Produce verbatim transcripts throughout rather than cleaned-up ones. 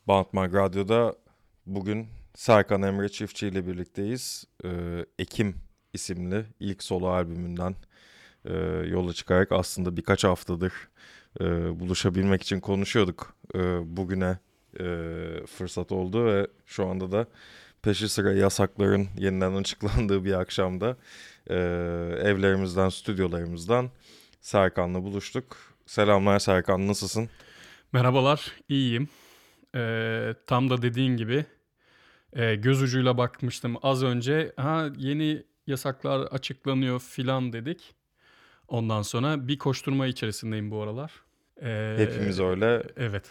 Bantmag Radyo'da bugün Serkan Emre Çiftçi ile birlikteyiz. Ee, Ekim isimli ilk solo albümünden e, yola çıkarak aslında birkaç haftadır e, buluşabilmek için konuşuyorduk. E, bugüne e, fırsat oldu ve şu anda da peşi sıra yasakların yeniden açıklandığı bir akşamda e, evlerimizden, stüdyolarımızdan Serkan'la buluştuk. Selamlar Serkan, nasılsın? Merhabalar, iyiyim. Ee, tam da dediğin gibi e, göz ucuyla bakmıştım az önce. Ha yeni yasaklar açıklanıyor filan dedik. Ondan sonra bir koşturma içerisindeyim bu aralar. Ee, Hepimiz öyle. evet,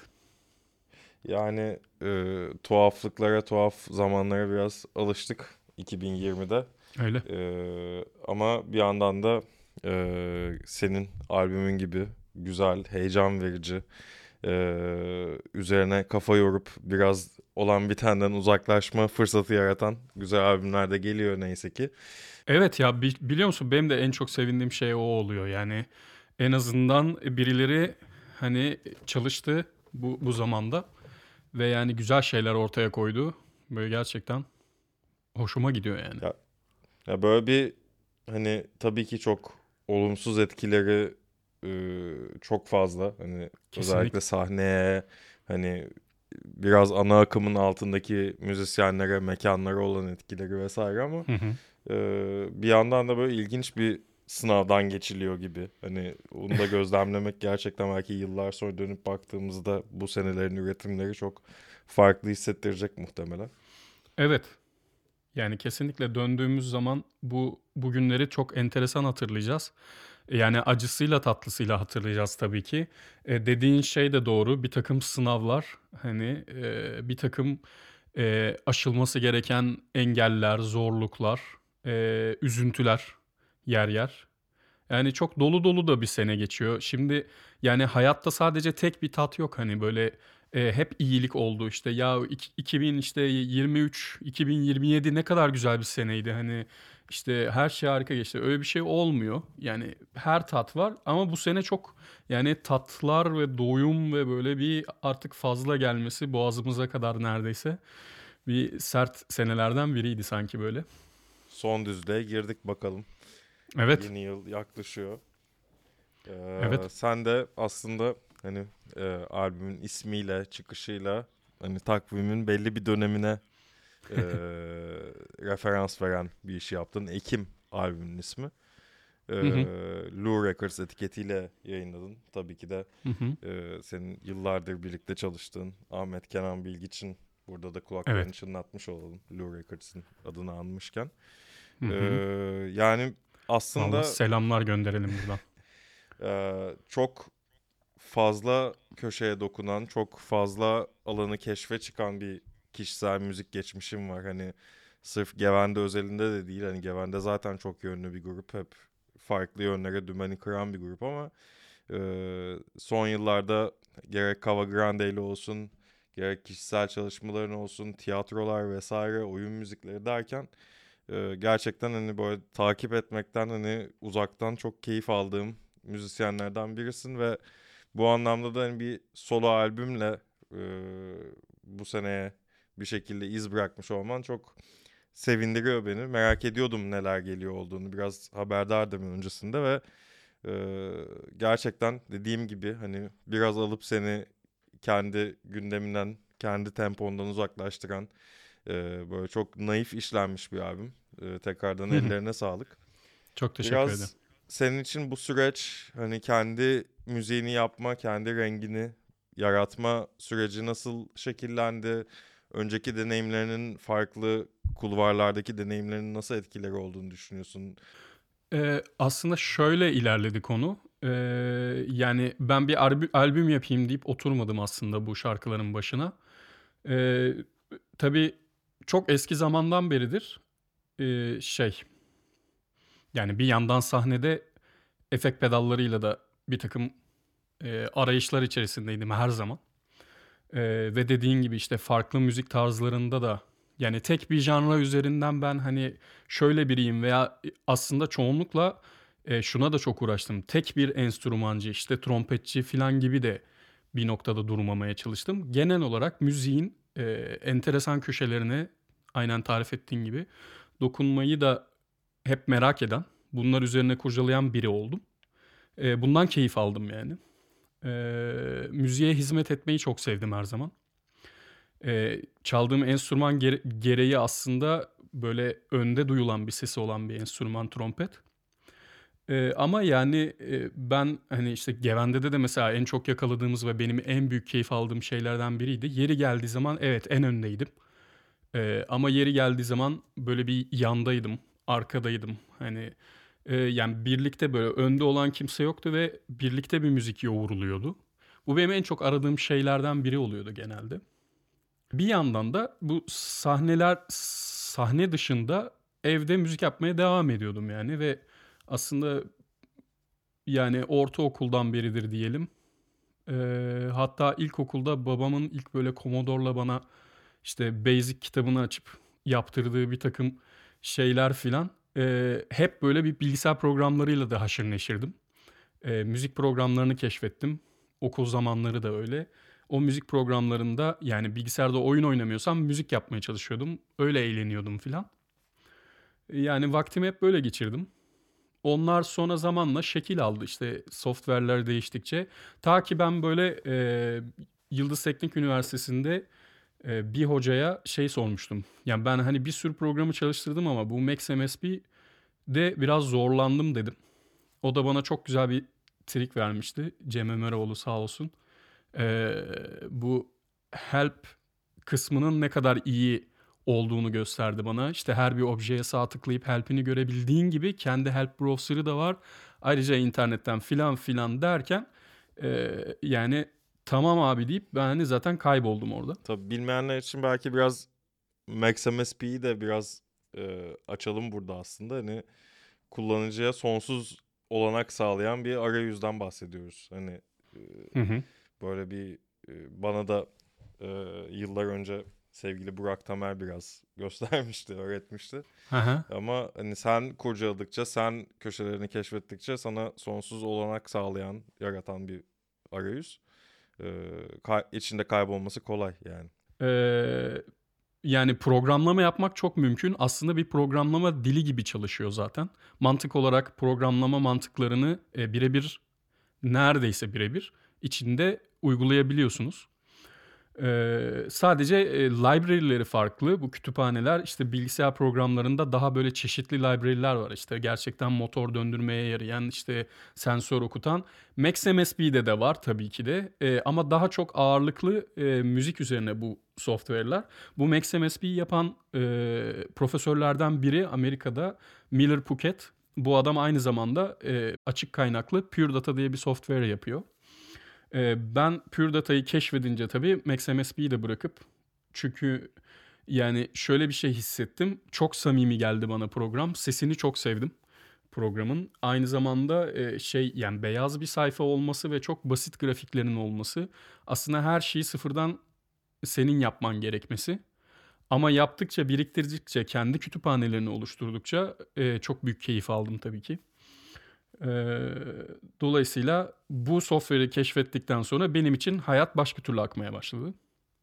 Yani e, tuhaflıklara, tuhaf zamanlara biraz alıştık iki bin yirmide. öyle. E, Ama bir yandan da e, senin albümün gibi güzel, heyecan verici, e, üzerine kafa yorup biraz olan bitenden uzaklaşma fırsatı yaratan güzel albümler de geliyor neyse ki. Evet ya bi- biliyor musun benim de en çok sevindiğim şey o oluyor. Yani en azından birileri hani çalıştı bu bu zamanda ve yani güzel şeyler ortaya koydu. Böyle gerçekten hoşuma gidiyor yani. Ya, ya böyle bir hani tabii ki çok olumsuz etkileri e, çok fazla. Hani özellikle Kesinlikle. sahneye hani biraz ana akımın altındaki müzisyenlere, mekanlara olan etkileri vesaire ama Hı hı. e, bir yandan da böyle ilginç bir sınavdan geçiliyor gibi. Hani onu da gözlemlemek gerçekten belki yıllar sonra dönüp baktığımızda bu senelerin üretimleri çok farklı hissettirecek muhtemelen. Evet. Yani kesinlikle döndüğümüz zaman bu bugünleri çok enteresan hatırlayacağız. Yani acısıyla tatlısıyla hatırlayacağız tabii ki. E, dediğin şey de doğru. Bir takım sınavlar, hani e, bir takım e, aşılması gereken engeller, zorluklar, e, üzüntüler yer yer. Yani çok dolu dolu da bir sene geçiyor. Şimdi yani hayatta sadece tek bir tat yok hani böyle e, hep iyilik oldu işte ya ik- iki bin işte yirmi üç iki bin yirmi yedi ne kadar güzel bir seneydi hani işte her şey harika geçti öyle bir şey olmuyor yani her tat var ama bu sene çok yani tatlar ve doyum ve böyle bir artık fazla gelmesi boğazımıza kadar neredeyse bir sert senelerden biriydi sanki böyle. Son düzlüğe girdik bakalım. Evet, Yeni yıl yaklaşıyor. Ee, evet. sen de aslında hani e, albümün ismiyle, çıkışıyla hani takvimin belli bir dönemine e, referans veren bir iş yaptın. Ekim albümün ismi. Ee, Hı hı, Lou Records etiketiyle yayınladın. Tabii ki de hı hı. e, senin yıllardır birlikte çalıştığın Ahmet Kenan Bilgiç'in burada da kulaklarını Evet. çınlatmış olalım. Lou Records'ın adını anmışken. Hı Ee, hı. Yani Valla aslında selamlar gönderelim buradan. e, çok fazla köşeye dokunan, çok fazla alanı keşfe çıkan bir kişisel müzik geçmişim var. Hani sırf Gevende özelinde de değil. Hani Gevende zaten çok yönlü bir grup. Hep farklı yönlere dümeni kıran bir grup ama e, son yıllarda gerek Cava Grande ile olsun, gerek kişisel çalışmaların olsun, tiyatrolar vesaire, oyun müzikleri derken e, gerçekten hani böyle takip etmekten hani uzaktan çok keyif aldığım müzisyenlerden birisin ve bu anlamda da hani bir solo albümle e, bu seneye bir şekilde iz bırakmış olman çok sevindiriyor beni. Merak ediyordum neler geliyor olduğunu. Biraz haberdardım öncesinde ve e, gerçekten dediğim gibi hani biraz alıp seni kendi gündeminden, kendi tempondan uzaklaştıran e, böyle çok naif işlenmiş bir albüm. E, tekrardan Hı hı. ellerine sağlık. Çok teşekkür ederim. Biraz senin için bu süreç hani kendi müziğini yapma, kendi rengini yaratma süreci nasıl şekillendi? Önceki deneyimlerinin farklı kulvarlardaki deneyimlerinin nasıl etkileri olduğunu düşünüyorsun? Ee, aslında şöyle ilerledi konu. Ee, yani ben bir albü- albüm yapayım deyip oturmadım aslında bu şarkıların başına. Ee, tabii çok eski zamandan beridir ee, şey yani bir yandan sahnede efekt pedallarıyla da bir takım ee, arayışlar içerisindeydim her zaman. Ee, ve dediğin gibi işte farklı müzik tarzlarında da yani tek bir janra üzerinden ben hani şöyle biriyim veya aslında çoğunlukla e, şuna da çok uğraştım. Tek bir enstrümancı işte trompetçi falan gibi de bir noktada durmamaya çalıştım. Genel olarak müziğin e, enteresan köşelerine aynen tarif ettiğin gibi dokunmayı da hep merak eden, bunlar üzerine kurcalayan biri oldum. E, bundan keyif aldım yani. E, müziğe hizmet etmeyi çok sevdim her zaman. E, çaldığım enstrüman gere- gereği aslında böyle önde duyulan bir sesi olan bir enstrüman trompet. Ee, ama yani e, ben hani işte Gevende'de de mesela en çok yakaladığımız ve benim en büyük keyif aldığım şeylerden biriydi. Yeri geldiği zaman evet en öndeydim. Ee, ama yeri geldiği zaman böyle bir yandaydım, arkadaydım. Hani e, yani birlikte böyle önde olan kimse yoktu ve birlikte bir müzik yoğruluyordu. Bu benim en çok aradığım şeylerden biri oluyordu genelde. Bir yandan da bu sahneler sahne dışında evde müzik yapmaya devam ediyordum yani ve aslında yani ortaokuldan beridir diyelim. Ee, hatta ilkokulda babamın ilk böyle Commodore'la bana işte Basic kitabını açıp yaptırdığı bir takım şeyler filan. Ee, hep böyle bir bilgisayar programlarıyla da haşır neşirdim. Ee, müzik programlarını keşfettim. Okul zamanları da öyle. O müzik programlarında yani bilgisayarda oyun oynamıyorsam müzik yapmaya çalışıyordum. Öyle eğleniyordum filan. Yani vaktimi hep böyle geçirdim. Onlar sonra zamanla şekil aldı işte software'ler değiştikçe. Ta ki ben böyle e, Yıldız Teknik Üniversitesi'nde e, bir hocaya şey sormuştum. Yani ben hani bir sürü programı çalıştırdım ama bu Max M S P'de biraz zorlandım dedim. O da bana çok güzel bir trik vermişti. Cem Ömeroğlu sağ olsun. E, bu help kısmının ne kadar iyi olduğunu gösterdi bana. İşte her bir objeye sağ tıklayıp help'ini görebildiğin gibi kendi help browser'ı da var. Ayrıca internetten filan filan derken e, yani tamam abi deyip ben hani zaten kayboldum orada. Tabii bilmeyenler için belki biraz Max M S P'yi de biraz e, açalım burada aslında. Hani kullanıcıya sonsuz olanak sağlayan bir arayüzden bahsediyoruz. Hani e, Hı hı. böyle bir e, bana da e, yıllar önce sevgili Burak Tamer biraz göstermişti, öğretmişti. Hı hı. Ama hani sen kurcaladıkça, sen köşelerini keşfettikçe sana sonsuz olanak sağlayan, yaratan bir arayüz. E, kay- içinde kaybolması kolay yani. Ee, yani programlama yapmak çok mümkün. Aslında bir programlama dili gibi çalışıyor zaten. Mantık olarak programlama mantıklarını e, birebir neredeyse birebir içinde uygulayabiliyorsunuz. Ee, sadece e, library'leri farklı. Bu kütüphaneler işte bilgisayar programlarında daha böyle çeşitli library'ler var. İşte gerçekten motor döndürmeye yarayan, işte sensör okutan. Max M S P'de de var tabii ki de. Ee, ama daha çok ağırlıklı e, müzik üzerine bu software'ler. Bu Max M S P'yi yapan e, profesörlerden biri Amerika'da Miller Puckett. Bu adam aynı zamanda e, açık kaynaklı Pure Data diye bir software yapıyor. Ee, ben Pure Data'yı keşfedince tabii Max M S P'yi de bırakıp çünkü yani şöyle bir şey hissettim. Çok samimi geldi bana program. Sesini çok sevdim programın. Aynı zamanda e, şey yani beyaz bir sayfa olması ve çok basit grafiklerin olması. Aslında her şeyi sıfırdan senin yapman gerekmesi. Ama yaptıkça, biriktirdikçe, kendi kütüphanelerini oluşturdukça e, çok büyük keyif aldım tabii ki. Ee, dolayısıyla bu software'i keşfettikten sonra benim için hayat başka türlü akmaya başladı.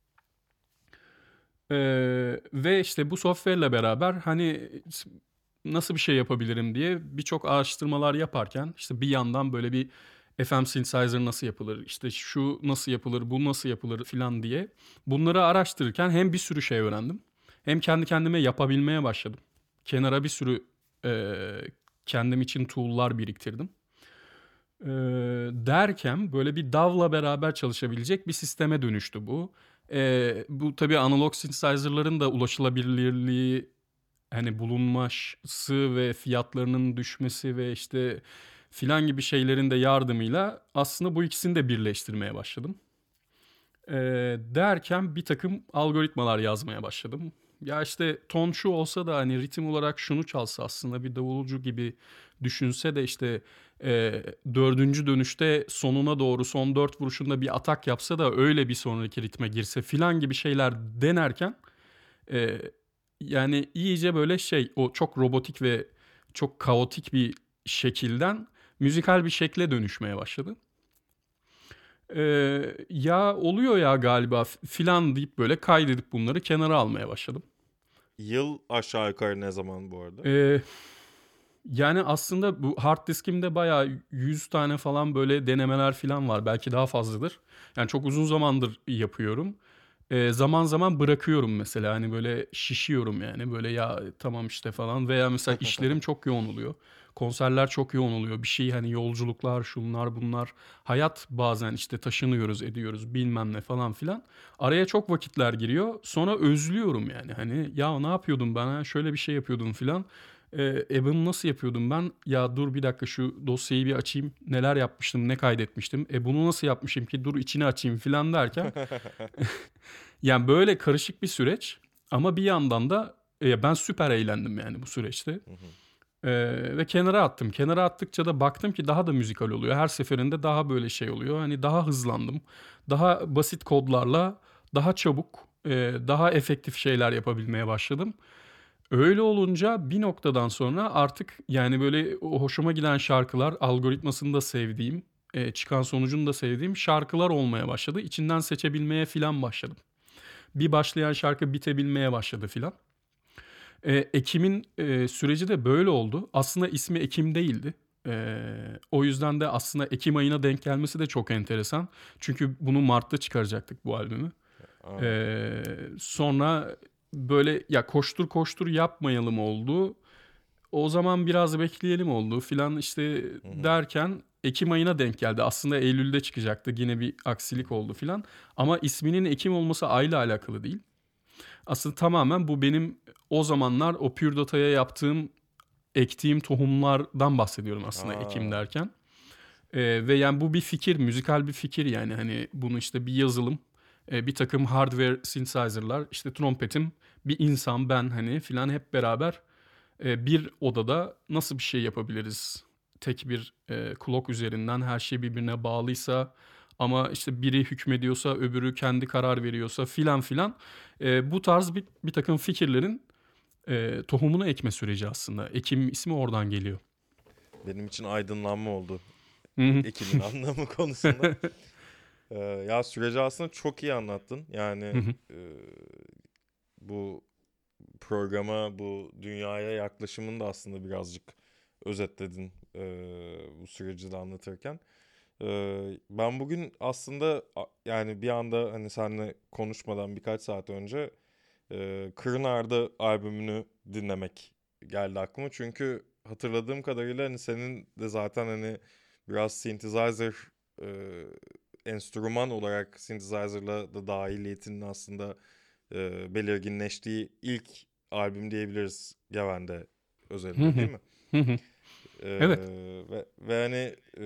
Ee, ve işte bu software'le beraber hani nasıl bir şey yapabilirim diye birçok araştırmalar yaparken işte bir yandan böyle bir F M synthesizer nasıl yapılır, işte şu nasıl yapılır, bu nasıl yapılır filan diye bunları araştırırken hem bir sürü şey öğrendim hem kendi kendime yapabilmeye başladım. Kenara bir sürü e, kendim için tool'lar biriktirdim. Ee, derken böyle bir D A W'la beraber çalışabilecek bir sisteme dönüştü bu. Ee, bu tabii analog synthesizer'ların da ulaşılabilirliği hani bulunması ve fiyatlarının düşmesi ve işte filan gibi şeylerin de yardımıyla aslında bu ikisini de birleştirmeye başladım. Ee, derken bir takım algoritmalar yazmaya başladım. Ya işte ton şu olsa da hani ritim olarak şunu çalsa aslında bir davulcu gibi düşünse de işte e, dördüncü dönüşte sonuna doğru son dört vuruşunda bir atak yapsa da öyle bir sonraki ritme girse filan gibi şeyler denerken e, yani iyice böyle şey o çok robotik ve çok kaotik bir şekilden müzikal bir şekle dönüşmeye başladı. Eee, ya oluyor ya galiba f- filan deyip böyle kaydedip bunları kenara almaya başladım. Yıl aşağı yukarı ne zaman bu arada? Eee, yani aslında bu hard diskimde bayağı yüz tane falan böyle denemeler falan var. Belki daha fazladır. Yani çok uzun zamandır yapıyorum. Eee, zaman zaman bırakıyorum mesela. Hani böyle şişiyorum yani. Böyle ya tamam işte falan. Veya mesela işlerim çok yoğun oluyor. Konserler çok yoğun oluyor. Bir şey hani yolculuklar, şunlar bunlar. Hayat bazen işte taşınıyoruz, ediyoruz bilmem ne falan filan. Araya çok vakitler giriyor. Sonra özlüyorum yani. Hani ya ne yapıyordum ben? Ha? Şöyle bir şey yapıyordum filan. Ee, e bunu nasıl yapıyordum ben? Ya dur bir dakika şu dosyayı bir açayım. Neler yapmıştım, ne kaydetmiştim? E bunu nasıl yapmışım ki? Dur içini açayım filan derken. Yani böyle karışık bir süreç. Ama bir yandan da e, ben süper eğlendim yani bu süreçte. Hı hı. Ee, ve kenara attım. Kenara attıkça da baktım ki daha da müzikal oluyor. Her seferinde daha böyle şey oluyor. Hani daha hızlandım. Daha basit kodlarla daha çabuk, e, daha efektif şeyler yapabilmeye başladım. Öyle olunca bir noktadan sonra artık yani böyle o hoşuma giden şarkılar, algoritmasını da sevdiğim, e, çıkan sonucunu da sevdiğim şarkılar olmaya başladı. İçinden seçebilmeye filan başladım. Bir başlayan şarkı bitebilmeye başladı filan. Eee, Ekim'in, eee, süreci de böyle oldu. Aslında ismi Ekim değildi. Eee, o yüzden de aslında ekim ayına denk gelmesi de çok enteresan. Çünkü bunu mart'ta çıkaracaktık bu albümü. Aa. Eee, sonra böyle ya koştur koştur yapmayalım oldu. O zaman biraz bekleyelim oldu filan işte Hı hı. derken ekim ayına denk geldi. Aslında eylülde çıkacaktı. Yine bir aksilik oldu filan. Ama isminin Ekim olması ayla alakalı değil. Aslında tamamen bu benim o zamanlar o Pure Data'ya yaptığım, ektiğim tohumlardan bahsediyorum aslında ekim Aa. derken. Ee, ve yani bu bir fikir, müzikal bir fikir yani hani bunu işte bir yazılım, e, bir takım hardware synthesizer'lar, işte trompetim, bir insan ben hani filan hep beraber e, bir odada nasıl bir şey yapabiliriz? Tek bir e, clock üzerinden her şey birbirine bağlıysa ama işte biri hükmediyorsa öbürü kendi karar veriyorsa filan filan. E, bu tarz bir, bir takım fikirlerin e, tohumunu ekme süreci aslında. Ekim ismi oradan geliyor. Benim için aydınlanma oldu. Hı E- hı. Ekim'in anlamı konusunda. Ee, ya süreci aslında çok iyi anlattın. Hı Yani hı. e, bu programa, bu dünyaya yaklaşımını da aslında birazcık özetledin e, bu süreci de anlatırken. E, ben bugün aslında a- yani bir anda hani seninle konuşmadan birkaç saat önce e, Kırın Ardı albümünü dinlemek geldi aklıma. Çünkü hatırladığım kadarıyla hani senin de zaten hani biraz synthesizer e, enstrüman olarak synthesizer'la da dahiliyetinin aslında e, belirginleştiği ilk albüm diyebiliriz Geven'de Hı özelinde değil hı. mi? Hı hı. E, Evet. ve, ve hani e,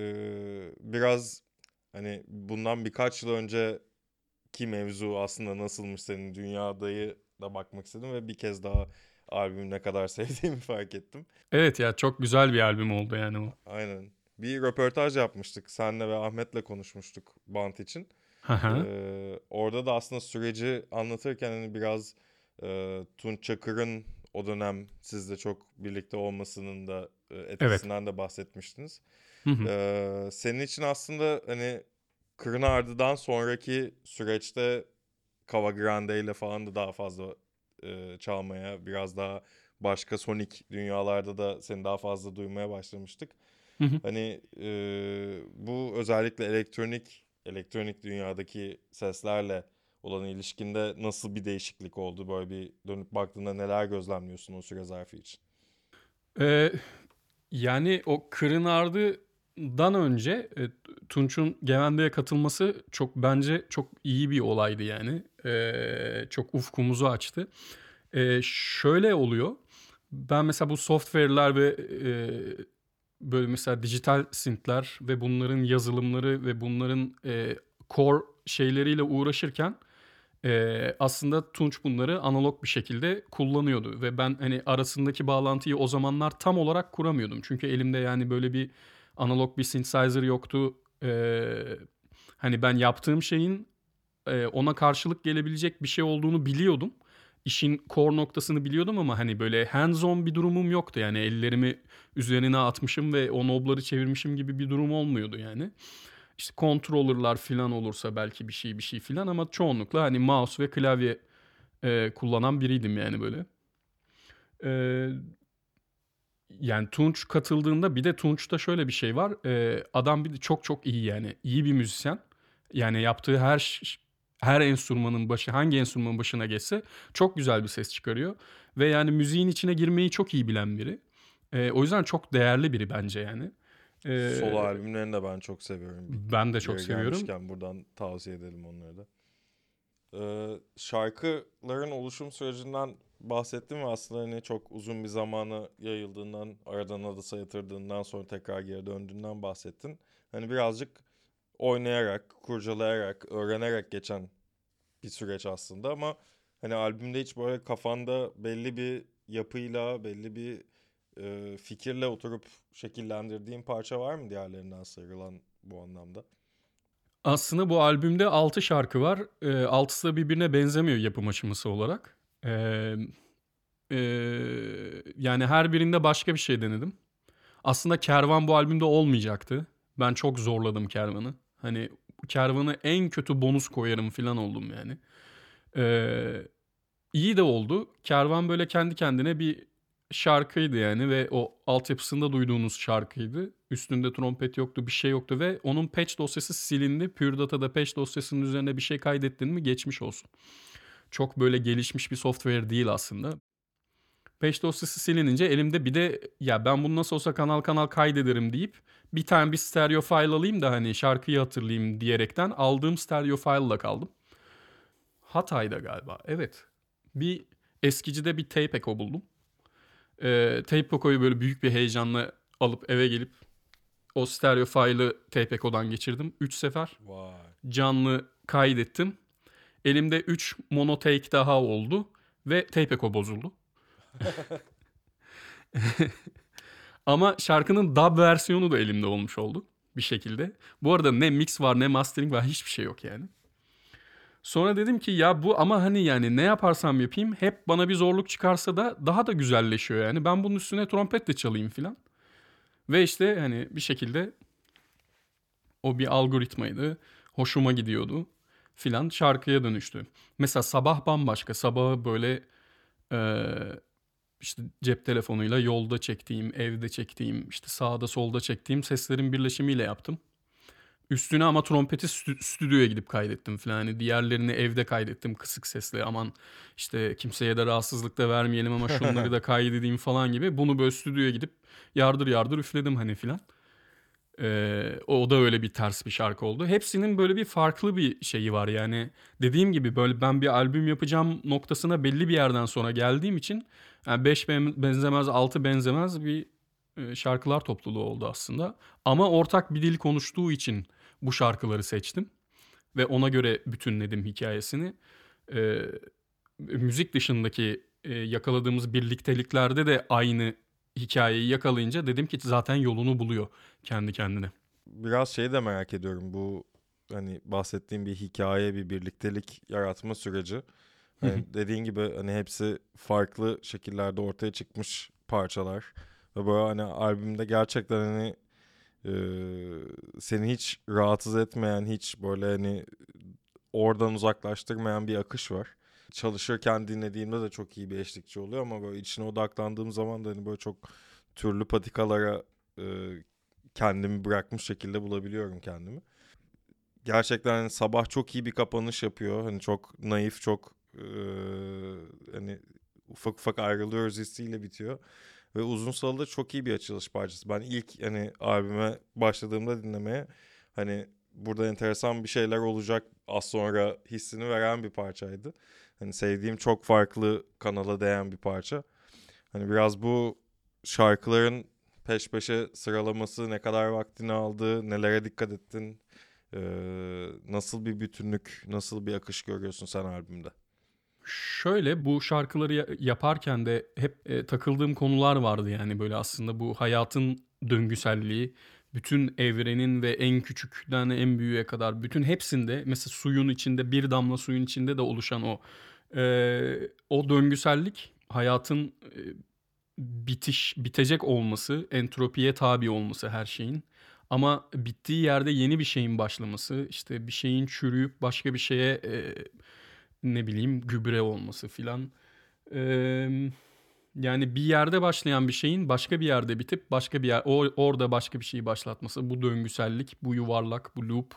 biraz hani bundan birkaç yıl önceki mevzu aslında nasılmış senin dünyadayı da bakmak istedim ve bir kez daha albümü ne kadar sevdiğimi fark ettim. Evet ya çok güzel bir albüm oldu yani o. Aynen. Bir röportaj yapmıştık. Senle ve Ahmet'le konuşmuştuk Bant için. Hı hı. Ee, orada da aslında süreci anlatırken hani biraz e, Tunç Çakır'ın o dönem sizle çok birlikte olmasının da e, Evet. etkisinden de bahsetmiştiniz. Hı hı. Ee, senin için aslında hani Kırın Ardı'dan sonraki süreçte Cava Grande ile falan da daha fazla e, çalmaya, biraz daha başka sonik dünyalarda da seni daha fazla duymaya başlamıştık. Hı hı. Hani e, bu özellikle elektronik elektronik dünyadaki seslerle olan ilişkinde nasıl bir değişiklik oldu? Böyle bir dönüp baktığında neler gözlemliyorsun o süre zarfı için? Ee, Yani o Kırın Ardı'dan önce e, Tunç'un Gevende'ye katılması çok bence çok iyi bir olaydı yani. Ee, çok ufkumuzu açtı. Ee, şöyle oluyor. Ben mesela bu software'ler ve e, böyle mesela dijital synth'ler ve bunların yazılımları ve bunların e, core şeyleriyle uğraşırken e, aslında Tunç bunları analog bir şekilde kullanıyordu ve ben hani arasındaki bağlantıyı o zamanlar tam olarak kuramıyordum. Çünkü elimde yani böyle bir analog bir synthesizer yoktu. E, hani ben yaptığım şeyin e, ona karşılık gelebilecek bir şey olduğunu biliyordum. İşin core noktasını biliyordum ama hani böyle hands-on bir durumum yoktu. Yani ellerimi üzerine atmışım ve o knobları çevirmişim gibi bir durum olmuyordu yani. İşte controller'lar filan olursa belki bir şey bir şey filan ama çoğunlukla hani mouse ve klavye e, kullanan biriydim yani böyle. E, Yani Tunç katıldığında bir de Tunç'ta şöyle bir şey var. E, adam bir de çok çok iyi yani. İyi bir müzisyen. Yani yaptığı her ş- her enstrümanın başı hangi enstrümanın başına geçse çok güzel bir ses çıkarıyor. Ve yani müziğin içine girmeyi çok iyi bilen biri. E, o yüzden çok değerli biri bence yani. E, Solo albümlerini de ben çok seviyorum. Bir Ben de çok yere seviyorum. gelmişken buradan tavsiye edelim onları da. Ee, şarkıların oluşum sürecinden bahsettim ve aslında hani çok uzun bir zamana yayıldığından, aradan adasa yatırdığından sonra tekrar geri döndüğünden bahsettin. Hani birazcık oynayarak, kurcalayarak, öğrenerek geçen bir süreç aslında ama hani albümde hiç böyle kafanda belli bir yapıyla, belli bir e, fikirle oturup şekillendirdiğin parça var mı diğerlerinden sıyrılan bu anlamda? Aslında bu albümde altı şarkı var. E, altısı da birbirine benzemiyor yapım aşaması olarak. E, e, Yani her birinde başka bir şey denedim. Aslında Kervan bu albümde olmayacaktı. Ben çok zorladım Kervan'ı. Hani Kervan'ı en kötü bonus koyarım falan oldum yani. Ee, iyi de oldu. Kervan böyle kendi kendine bir şarkıydı yani ve o altyapısında duyduğunuz şarkıydı. Üstünde trompet yoktu, bir şey yoktu ve onun patch dosyası silindi. Pure Data'da patch dosyasının üzerine bir şey kaydettin mi geçmiş olsun. Çok böyle gelişmiş bir software değil aslında. Patch dosyası silinince elimde bir de ya ben bunu nasıl olsa kanal kanal kaydederim deyip bir tane bir stereo file alayım da hani şarkıyı hatırlayayım diyerekten aldığım stereo file'la kaldım. Hatay'da galiba. Evet. Bir eskicide bir tape echo buldum. Ee, tape echo'yu böyle büyük bir heyecanla alıp eve gelip o stereo file'ı tape echo'dan geçirdim. Üç sefer Vay. canlı kaydettim. Elimde üç mono take daha oldu ve tape echo bozuldu. Ama şarkının dub versiyonu da elimde olmuş oldu bir şekilde. Bu arada ne mix var ne mastering var hiçbir şey yok yani. Sonra dedim ki ya bu ama hani yani ne yaparsam yapayım hep bana bir zorluk çıkarsa da daha da güzelleşiyor yani. Ben bunun üstüne trompet de çalayım filan. Ve işte hani bir şekilde o bir algoritmaydı. Hoşuma gidiyordu filan şarkıya dönüştü. Mesela sabah bambaşka. Sabahı böyle eee, işte cep telefonuyla yolda çektiğim, evde çektiğim, işte sağda solda çektiğim seslerin birleşimiyle yaptım. Üstüne ama trompeti stü- stüdyoya gidip kaydettim falan. Hani diğerlerini evde kaydettim kısık sesle. Aman işte kimseye de rahatsızlık da vermeyelim ama şunları da kaydedeyim falan gibi. Bunu böyle stüdyoya gidip yardır yardır üfledim hani filan. Ee, o da öyle bir ters bir şarkı oldu. Hepsinin böyle bir farklı bir şeyi var yani. Dediğim gibi böyle ben bir albüm yapacağım noktasına belli bir yerden sonra geldiğim için yani beş benzemez, altı benzemez bir e, şarkılar topluluğu oldu aslında. Ama ortak bir dil konuştuğu için bu şarkıları seçtim ve ona göre bütünledim hikayesini. Ee, Müzik dışındaki e, yakaladığımız birlikteliklerde de aynı hikayeyi yakalayınca dedim ki zaten yolunu buluyor kendi kendine. Biraz şey de merak ediyorum. Bu hani bahsettiğim bir hikaye, bir birliktelik yaratma süreci. Hı hı. Hani dediğin gibi hani hepsi farklı şekillerde ortaya çıkmış parçalar. Ve böyle hani albümde gerçekten hani e, seni hiç rahatsız etmeyen, hiç böyle hani oradan uzaklaştırmayan bir akış var. Çalışırken dinlediğimde de çok iyi bir eşlikçi oluyor ama böyle içine odaklandığım zaman da hani böyle çok türlü patikalara e, kendimi bırakmış şekilde bulabiliyorum kendimi. Gerçekten hani sabah çok iyi bir kapanış yapıyor. Hani çok naif, çok e, hani ufak ufak ayrılıyoruz hissiyle bitiyor. Ve Uzun Salı'da çok iyi bir açılış parçası. Ben ilk hani albüme başladığımda dinlemeye hani burada enteresan bir şeyler olacak az sonra hissini veren bir parçaydı. Hani sevdiğim çok farklı kanala değen bir parça. Hani biraz bu şarkıların peş peşe sıralaması ne kadar vaktini aldı, nelere dikkat ettin, ee, nasıl bir bütünlük, nasıl bir akış görüyorsun sen albümde? Şöyle bu şarkıları ya- yaparken de hep e, takıldığım konular vardı yani böyle aslında bu hayatın döngüselliği, bütün evrenin ve en küçükten en büyüğe kadar bütün hepsinde mesela suyun içinde bir damla suyun içinde de oluşan o e, o döngüsellik hayatın e, bitiş bitecek olması, entropiye tabi olması her şeyin. Ama bittiği yerde yeni bir şeyin başlaması, işte bir şeyin çürüyüp başka bir şeye e, ne bileyim gübre olması filan. Eee, Yani bir yerde başlayan bir şeyin başka bir yerde bitip başka bir yer o orada başka bir şeyi başlatması. Bu döngüsellik, bu yuvarlak, bu loop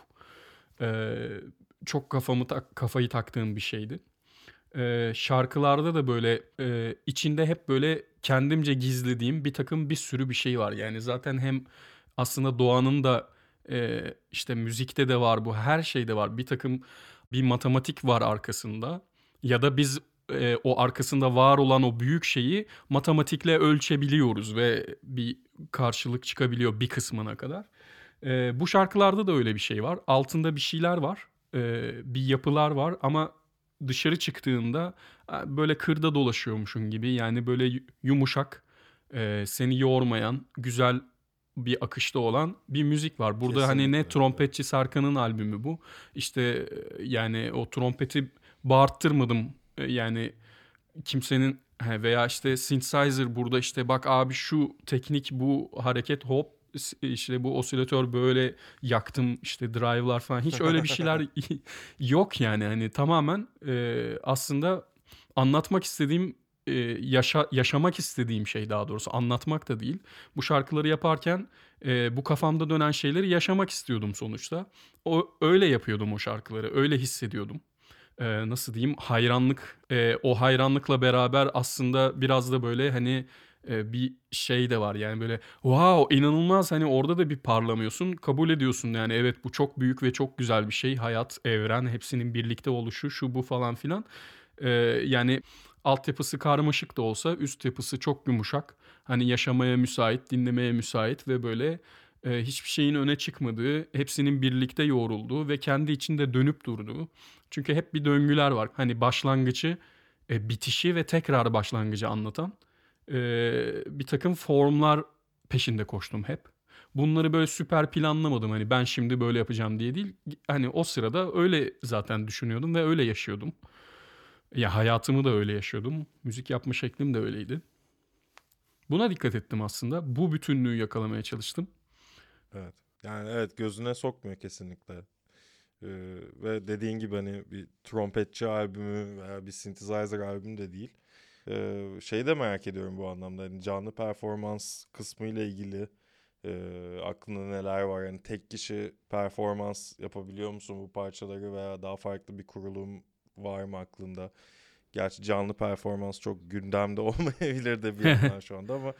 eee, çok kafamı tak- kafayı taktığım bir şeydi. Eee, şarkılarda da böyle eee, içinde hep böyle kendimce gizlediğim bir takım bir sürü bir şey var. Yani zaten hem aslında doğanın da eee, işte müzikte de var bu her şeyde var. Bir takım bir matematik var arkasında ya da biz eee, o arkasında var olan o büyük şeyi matematikle ölçebiliyoruz ve bir karşılık çıkabiliyor bir kısmına kadar. Eee, bu şarkılarda da öyle bir şey var. Altında bir şeyler var, eee, bir yapılar var ama dışarı çıktığında böyle kırda dolaşıyormuşsun gibi yani böyle yumuşak, e, seni yormayan, güzel bir akışta olan bir müzik var. Burada hani ne Kesinlikle. Evet. trompetçi Sarkan'ın albümü bu. İşte e, yani o trompeti bağırttırmadım. E, Yani kimsenin he, veya işte synthesizer burada işte bak abi şu teknik bu hareket hop işte bu osilatör böyle yaktım işte drive'lar falan hiç öyle bir şeyler yok yani hani tamamen e, aslında anlatmak istediğim e, yaşa, yaşamak istediğim şey daha doğrusu anlatmak da değil. Bu şarkıları yaparken e, bu kafamda dönen şeyleri yaşamak istiyordum sonuçta. O öyle yapıyordum o şarkıları öyle hissediyordum. Eee, nasıl diyeyim, hayranlık, eee, o hayranlıkla beraber aslında biraz da böyle hani eee, bir şey de var yani böyle wow inanılmaz hani orada da bir parlamıyorsun kabul ediyorsun yani evet bu çok büyük ve çok güzel bir şey hayat evren hepsinin birlikte oluşu şu bu falan filan. Eee, Yani altyapısı karmaşık da olsa üst yapısı çok yumuşak hani yaşamaya müsait dinlemeye müsait ve böyle eee, hiçbir şeyin öne çıkmadığı hepsinin birlikte yoğrulduğu ve kendi içinde dönüp durduğu çünkü hep bir döngüler var. Hani başlangıcı, e, bitişi ve tekrar başlangıcı anlatan e, bir takım formlar peşinde koştum hep. Bunları böyle süper planlamadım. Hani ben şimdi böyle yapacağım diye değil. Hani o sırada öyle zaten düşünüyordum ve öyle yaşıyordum. Ya hayatımı da öyle yaşıyordum. Müzik yapma şeklim de öyleydi. Buna dikkat ettim aslında. Bu bütünlüğü yakalamaya çalıştım. Evet. Yani evet, gözüne sokmuyor kesinlikle. Ee, ve dediğin gibi hani bir trompetçi albümü veya bir synthesizer albümü de değil. Ee, şeyi de merak ediyorum bu anlamda. Hani canlı performans kısmı ile ilgili e, aklında neler var? Yani tek kişi performans yapabiliyor musun bu parçaları veya daha farklı bir kurulum var mı aklında? Gerçi canlı performans çok gündemde olmayabilir de bir yandan şu anda ama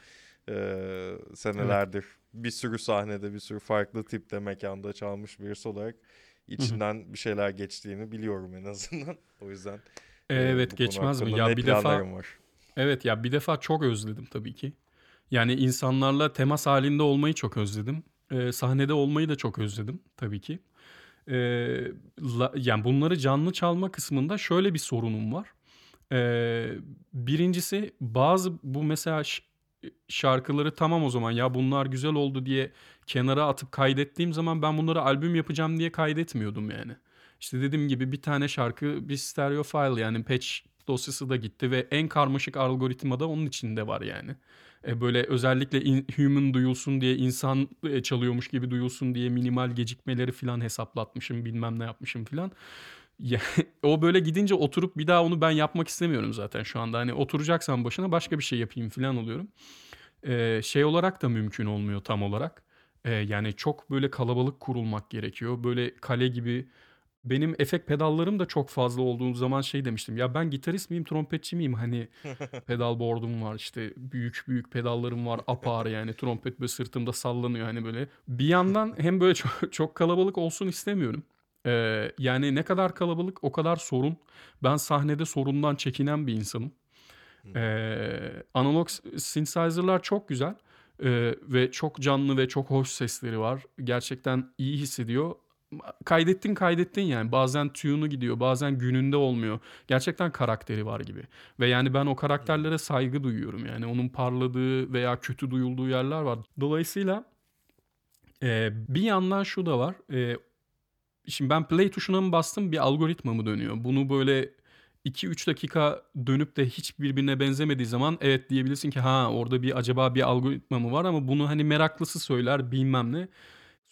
e, Evet. senelerdir bir sürü sahnede bir sürü farklı tipte mekanda çalmış birisi olarak Hı hı. içinden bir şeyler geçtiğini biliyorum en azından. O yüzden e, Evet bu konu geçmez mi? hakkında Ya ne bir defa planlarım var? evet ya bir defa çok özledim tabii ki. Yani insanlarla temas halinde olmayı çok özledim. Eee, sahnede olmayı da çok özledim tabii ki. Eee, la- yani bunları canlı çalma kısmında şöyle bir sorunum var. Eee, Birincisi bazı bu mesela ş- şarkıları tamam o zaman ya bunlar güzel oldu diye kenara atıp kaydettiğim zaman ben bunları albüm yapacağım diye kaydetmiyordum yani. İşte dediğim gibi bir tane şarkı bir stereo file yani patch dosyası da gitti ve en karmaşık algoritma da onun içinde var yani. E, böyle özellikle in- human duyulsun diye insan e, çalıyormuş gibi duyulsun diye minimal gecikmeleri falan hesaplatmışım bilmem ne yapmışım falan. Ya, o böyle gidince oturup bir daha onu ben yapmak istemiyorum zaten şu anda. Hani oturacaksam başına başka bir şey yapayım falan oluyorum. Ee, şey olarak da mümkün olmuyor tam olarak. Ee, yani çok böyle kalabalık kurulmak gerekiyor. Böyle kale gibi. Benim efekt pedallarım da çok fazla olduğu zaman şey demiştim. Ya ben gitarist miyim, trompetçi miyim? Hani pedal board'um var işte büyük büyük pedallarım var apar yani trompet böyle sırtımda sallanıyor hani böyle. Bir yandan hem böyle çok, çok kalabalık olsun istemiyorum. Ee, yani ne kadar kalabalık o kadar sorun. Ben sahnede sorundan çekinen bir insanım. Ee, analog synthesizer'lar çok güzel ee, ve çok canlı ve çok hoş sesleri var. Gerçekten iyi hissediyor. Kaydettin kaydettin yani bazen tune'u gidiyor bazen gününde olmuyor. Gerçekten karakteri var gibi. Ve yani ben o karakterlere saygı duyuyorum yani onun parladığı veya kötü duyulduğu yerler var. Dolayısıyla e, bir yandan şu da var. E, Şimdi ben play tuşuna mı bastım bir algoritma mı dönüyor? Bunu böyle iki üç dakika dönüp de hiç birbirine benzemediği zaman evet diyebilirsin ki ha orada bir acaba bir algoritma mı var ama bunu hani meraklısı söyler bilmem ne.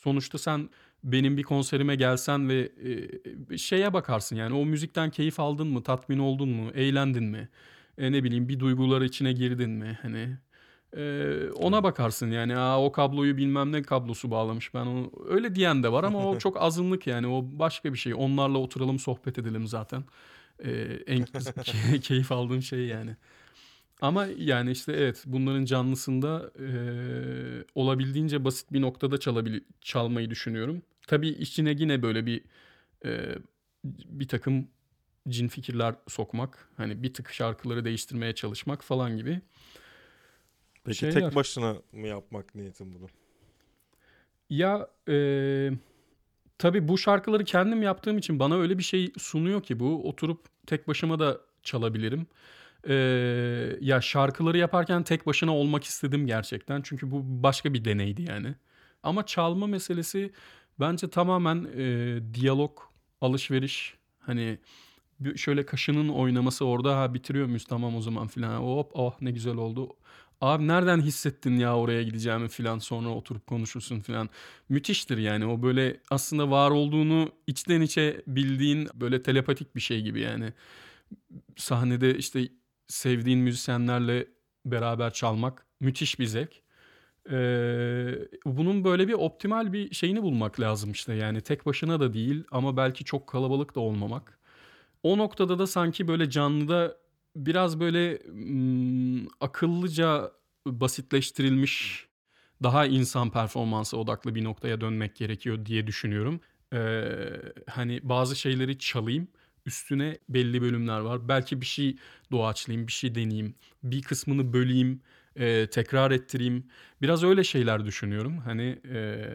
Sonuçta sen benim bir konserime gelsen ve e, şeye bakarsın yani o müzikten keyif aldın mı, tatmin oldun mu, eğlendin mi? E, ne bileyim bir duygular içine girdin mi? Hani e, ona Evet. bakarsın yani. Aa, o kabloyu bilmem ne kablosu bağlamış. Ben onu öyle diyen de var ama o çok azınlık yani. O başka bir şey. Onlarla oturalım sohbet edelim zaten. E, en keyif aldığım şey yani. Ama yani işte evet bunların canlısında eee, olabildiğince basit bir noktada çalabil çalmayı düşünüyorum. Tabii içine yine böyle bir eee, bir takım cin fikirler sokmak, hani bir tık şarkıları değiştirmeye çalışmak falan gibi Peki tek şeyler. başına mı yapmak niyetin bunu? Ya eee tabii bu şarkıları kendim yaptığım için bana öyle bir şey sunuyor ki bu oturup tek başıma da çalabilirim. Eee, ya şarkıları yaparken tek başına olmak istedim gerçekten. Çünkü bu başka bir deneydi yani. Ama çalma meselesi bence tamamen eee, diyalog, alışveriş. Hani bir şöyle kaşının oynaması orada ha bitiriyor muyuz tamam o zaman filan. Hop oh ne güzel oldu. Abi nereden hissettin ya oraya gideceğimi filan sonra oturup konuşursun filan. Müthiştir yani o böyle aslında var olduğunu içten içe bildiğin böyle telepatik bir şey gibi yani sahnede işte sevdiğin müzisyenlerle beraber çalmak müthiş bir zevk. Ee, bunun böyle bir optimal bir şeyini bulmak lazım işte yani tek başına da değil ama belki çok kalabalık da olmamak. O noktada da sanki böyle canlıda biraz böyle mm, akıllıca basitleştirilmiş daha insan performansı odaklı bir noktaya dönmek gerekiyor diye düşünüyorum. Ee, hani bazı şeyleri çalayım, üstüne belli bölümler var. Belki bir şey doğaçlayayım, bir şey deneyeyim, bir kısmını böleyim, e, tekrar ettireyim. Biraz öyle şeyler düşünüyorum. Hani e,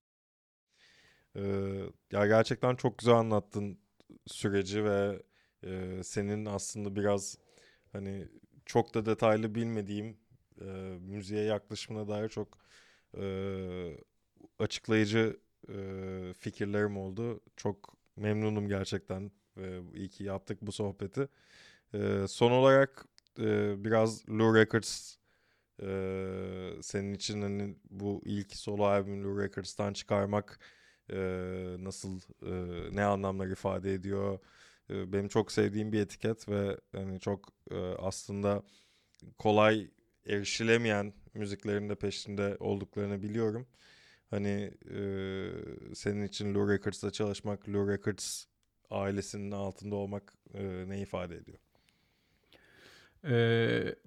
Ee, ya gerçekten çok güzel anlattın süreci ve e, senin aslında biraz hani çok da detaylı bilmediğim e, müziğe yaklaşımına dair çok e, açıklayıcı e, fikirlerim oldu. Çok memnunum gerçekten ve iyi ki yaptık bu sohbeti. E, son olarak e, biraz Lou Records e, senin için hani bu ilk solo albüm Lou Records'tan çıkarmak e, nasıl e, ne anlamlar ifade ediyor? E, benim çok sevdiğim bir etiket ve hani çok e, aslında kolay erişilemeyen müziklerin de peşinde olduklarını biliyorum. Hani e, senin için Lou Records'ta çalışmak, Lou Records ailesinin altında olmak e, ne ifade ediyor? e,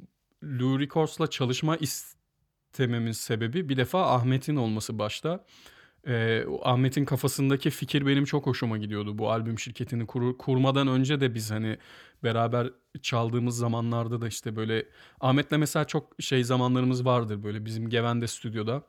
Lou Records'la çalışma istememin sebebi bir defa Ahmet'in olması başta. Ee, Ahmet'in kafasındaki fikir benim çok hoşuma gidiyordu. Bu albüm şirketini kuru- kurmadan önce de biz hani beraber çaldığımız zamanlarda da işte böyle Ahmet'le mesela çok şey zamanlarımız vardır böyle bizim Geven'de stüdyoda.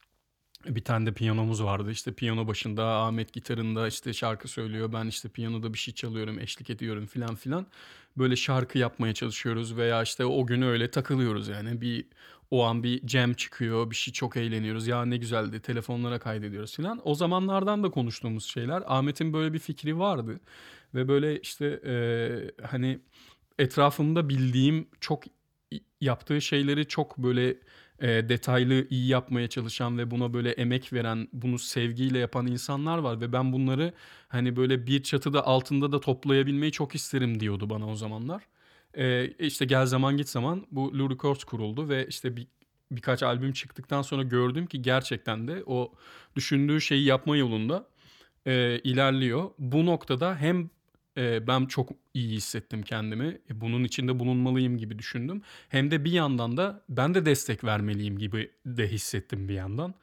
Bir tane de piyanomuz vardı. İşte piyano başında Ahmet gitarında işte şarkı söylüyor. Ben işte piyanoda bir şey çalıyorum, eşlik ediyorum filan filan. Böyle şarkı yapmaya çalışıyoruz veya işte o günü öyle takılıyoruz yani. Bir o an bir jam çıkıyor, bir şey çok eğleniyoruz. Ya ne güzeldi, telefonlara kaydediyoruz filan. O zamanlardan da konuştuğumuz şeyler. Ahmet'in böyle bir fikri vardı ve böyle işte eee, hani etrafımda bildiğim çok yaptığı şeyleri çok böyle e, detaylı iyi yapmaya çalışan ve buna böyle emek veren, bunu sevgiyle yapan insanlar var ve ben bunları hani böyle bir çatıda altında da toplayabilmeyi çok isterim diyordu bana o zamanlar. E, işte gel zaman git zaman bu Lou Records kuruldu ve işte bir, birkaç albüm çıktıktan sonra gördüm ki gerçekten de o düşündüğü şeyi yapma yolunda e, ilerliyor. Bu noktada hem e, ben çok iyi hissettim kendimi. E, bunun içinde bulunmalıyım gibi düşündüm. Hem de bir yandan da ben de destek vermeliyim gibi de hissettim bir yandan.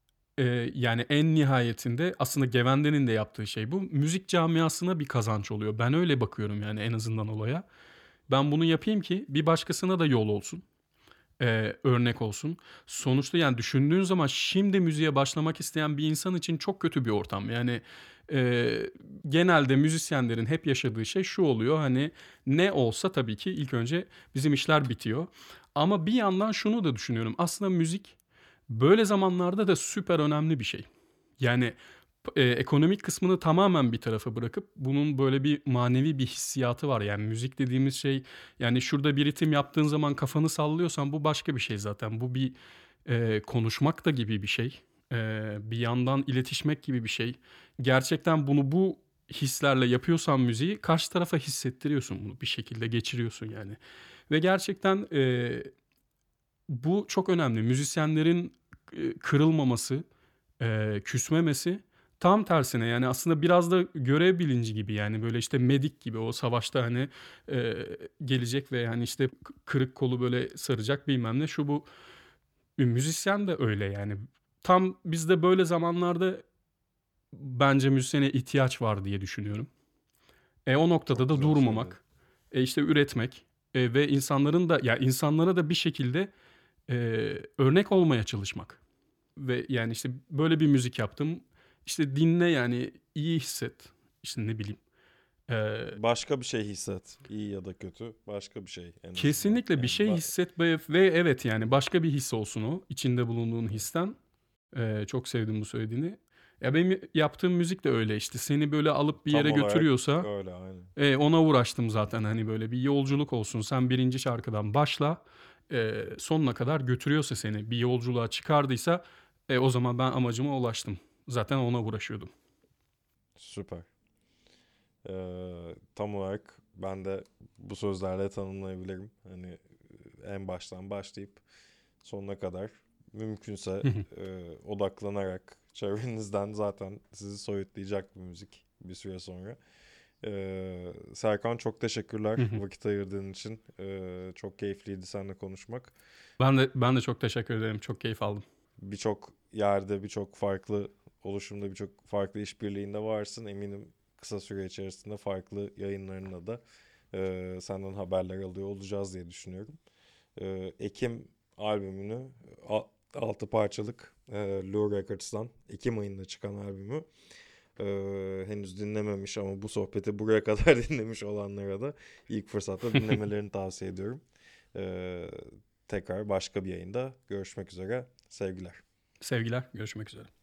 E, yani en nihayetinde aslında Gevende'nin de yaptığı şey bu. Müzik camiasına bir kazanç oluyor. Ben öyle bakıyorum yani en azından olaya. Ben bunu yapayım ki bir başkasına da yol olsun, e, örnek olsun. Sonuçta yani düşündüğün zaman şimdi müziğe başlamak isteyen bir insan için çok kötü bir ortam. Yani e, genelde müzisyenlerin hep yaşadığı şey şu oluyor. Hani ne olsa tabii ki ilk önce bizim işler bitiyor. Ama bir yandan şunu da düşünüyorum. Aslında müzik böyle zamanlarda da süper önemli bir şey. Yani e, ekonomik kısmını tamamen bir tarafa bırakıp bunun böyle bir manevi bir hissiyatı var. Yani müzik dediğimiz şey yani şurada bir ritim yaptığın zaman kafanı sallıyorsan bu başka bir şey zaten. Bu bir e, konuşmak da gibi bir şey. Eee, bir yandan iletişmek gibi bir şey. Gerçekten bunu bu hislerle yapıyorsan müziği karşı tarafa hissettiriyorsun bunu. Bir şekilde geçiriyorsun yani. Ve gerçekten, eee, bu çok önemli. Müzisyenlerin, eee, kırılmaması, eee, küsmemesi. Tam tersine yani aslında biraz da görev bilinci gibi yani böyle işte medik gibi o savaşta hani, eee, gelecek ve yani işte k kırık kolu böyle saracak bilmem ne şu bu. E, müzisyen de öyle yani. Tam bizde böyle zamanlarda bence müzisyene ihtiyaç var diye düşünüyorum. E, o noktada Çok da güzel söyledin. durmamak, e, işte üretmek, eee, ve insanların da ya insanlara da bir şekilde, eee, örnek olmaya çalışmak. Ve yani işte böyle bir müzik yaptım. İşte dinle yani iyi hisset. İşte ne bileyim. Eee, Başka bir şey hisset. İyi ya da kötü. Başka bir şey en azından. kesinlikle bir Yani şey ba- hisset ve, ve evet yani başka bir his olsun o. İçinde bulunduğun histen. Eee, çok sevdim bu söylediğini. Ya benim yaptığım müzik de öyle işte. Seni böyle alıp bir tam yere olarak götürüyorsa öyle aynı. e, ona uğraştım zaten. Hani böyle bir yolculuk olsun. Sen birinci şarkıdan başla. E, sonuna kadar götürüyorsa seni bir yolculuğa çıkardıysa e, o zaman ben amacıma ulaştım. Zaten ona uğraşıyordum. Süper. Ee, tam olarak ben de bu sözlerle tanımlayabilirim. Hani en baştan başlayıp sonuna kadar mümkünse e, odaklanarak çevrenizden zaten sizi soyutlayacak bir müzik bir süre sonra. Ee, Serkan çok teşekkürler vakit ayırdığın için. Ee, çok keyifliydi seninle konuşmak. Ben de ben de çok teşekkür ederim. Çok keyif aldım. Birçok yerde, birçok farklı oluşumda, birçok farklı işbirliğinde varsın. Eminim kısa süre içerisinde farklı yayınlarına da e, senden haberler alıyor olacağız diye düşünüyorum. E, Ekim albümünü, a- altı parçalık e, Lou Records'tan Ekim ayında çıkan albümü e, henüz dinlememiş ama bu sohbeti buraya kadar dinlemiş olanlara da ilk fırsatta dinlemelerini tavsiye ediyorum. E, Tekrar başka bir yayında görüşmek üzere. Sevgiler. Sevgiler. Görüşmek üzere.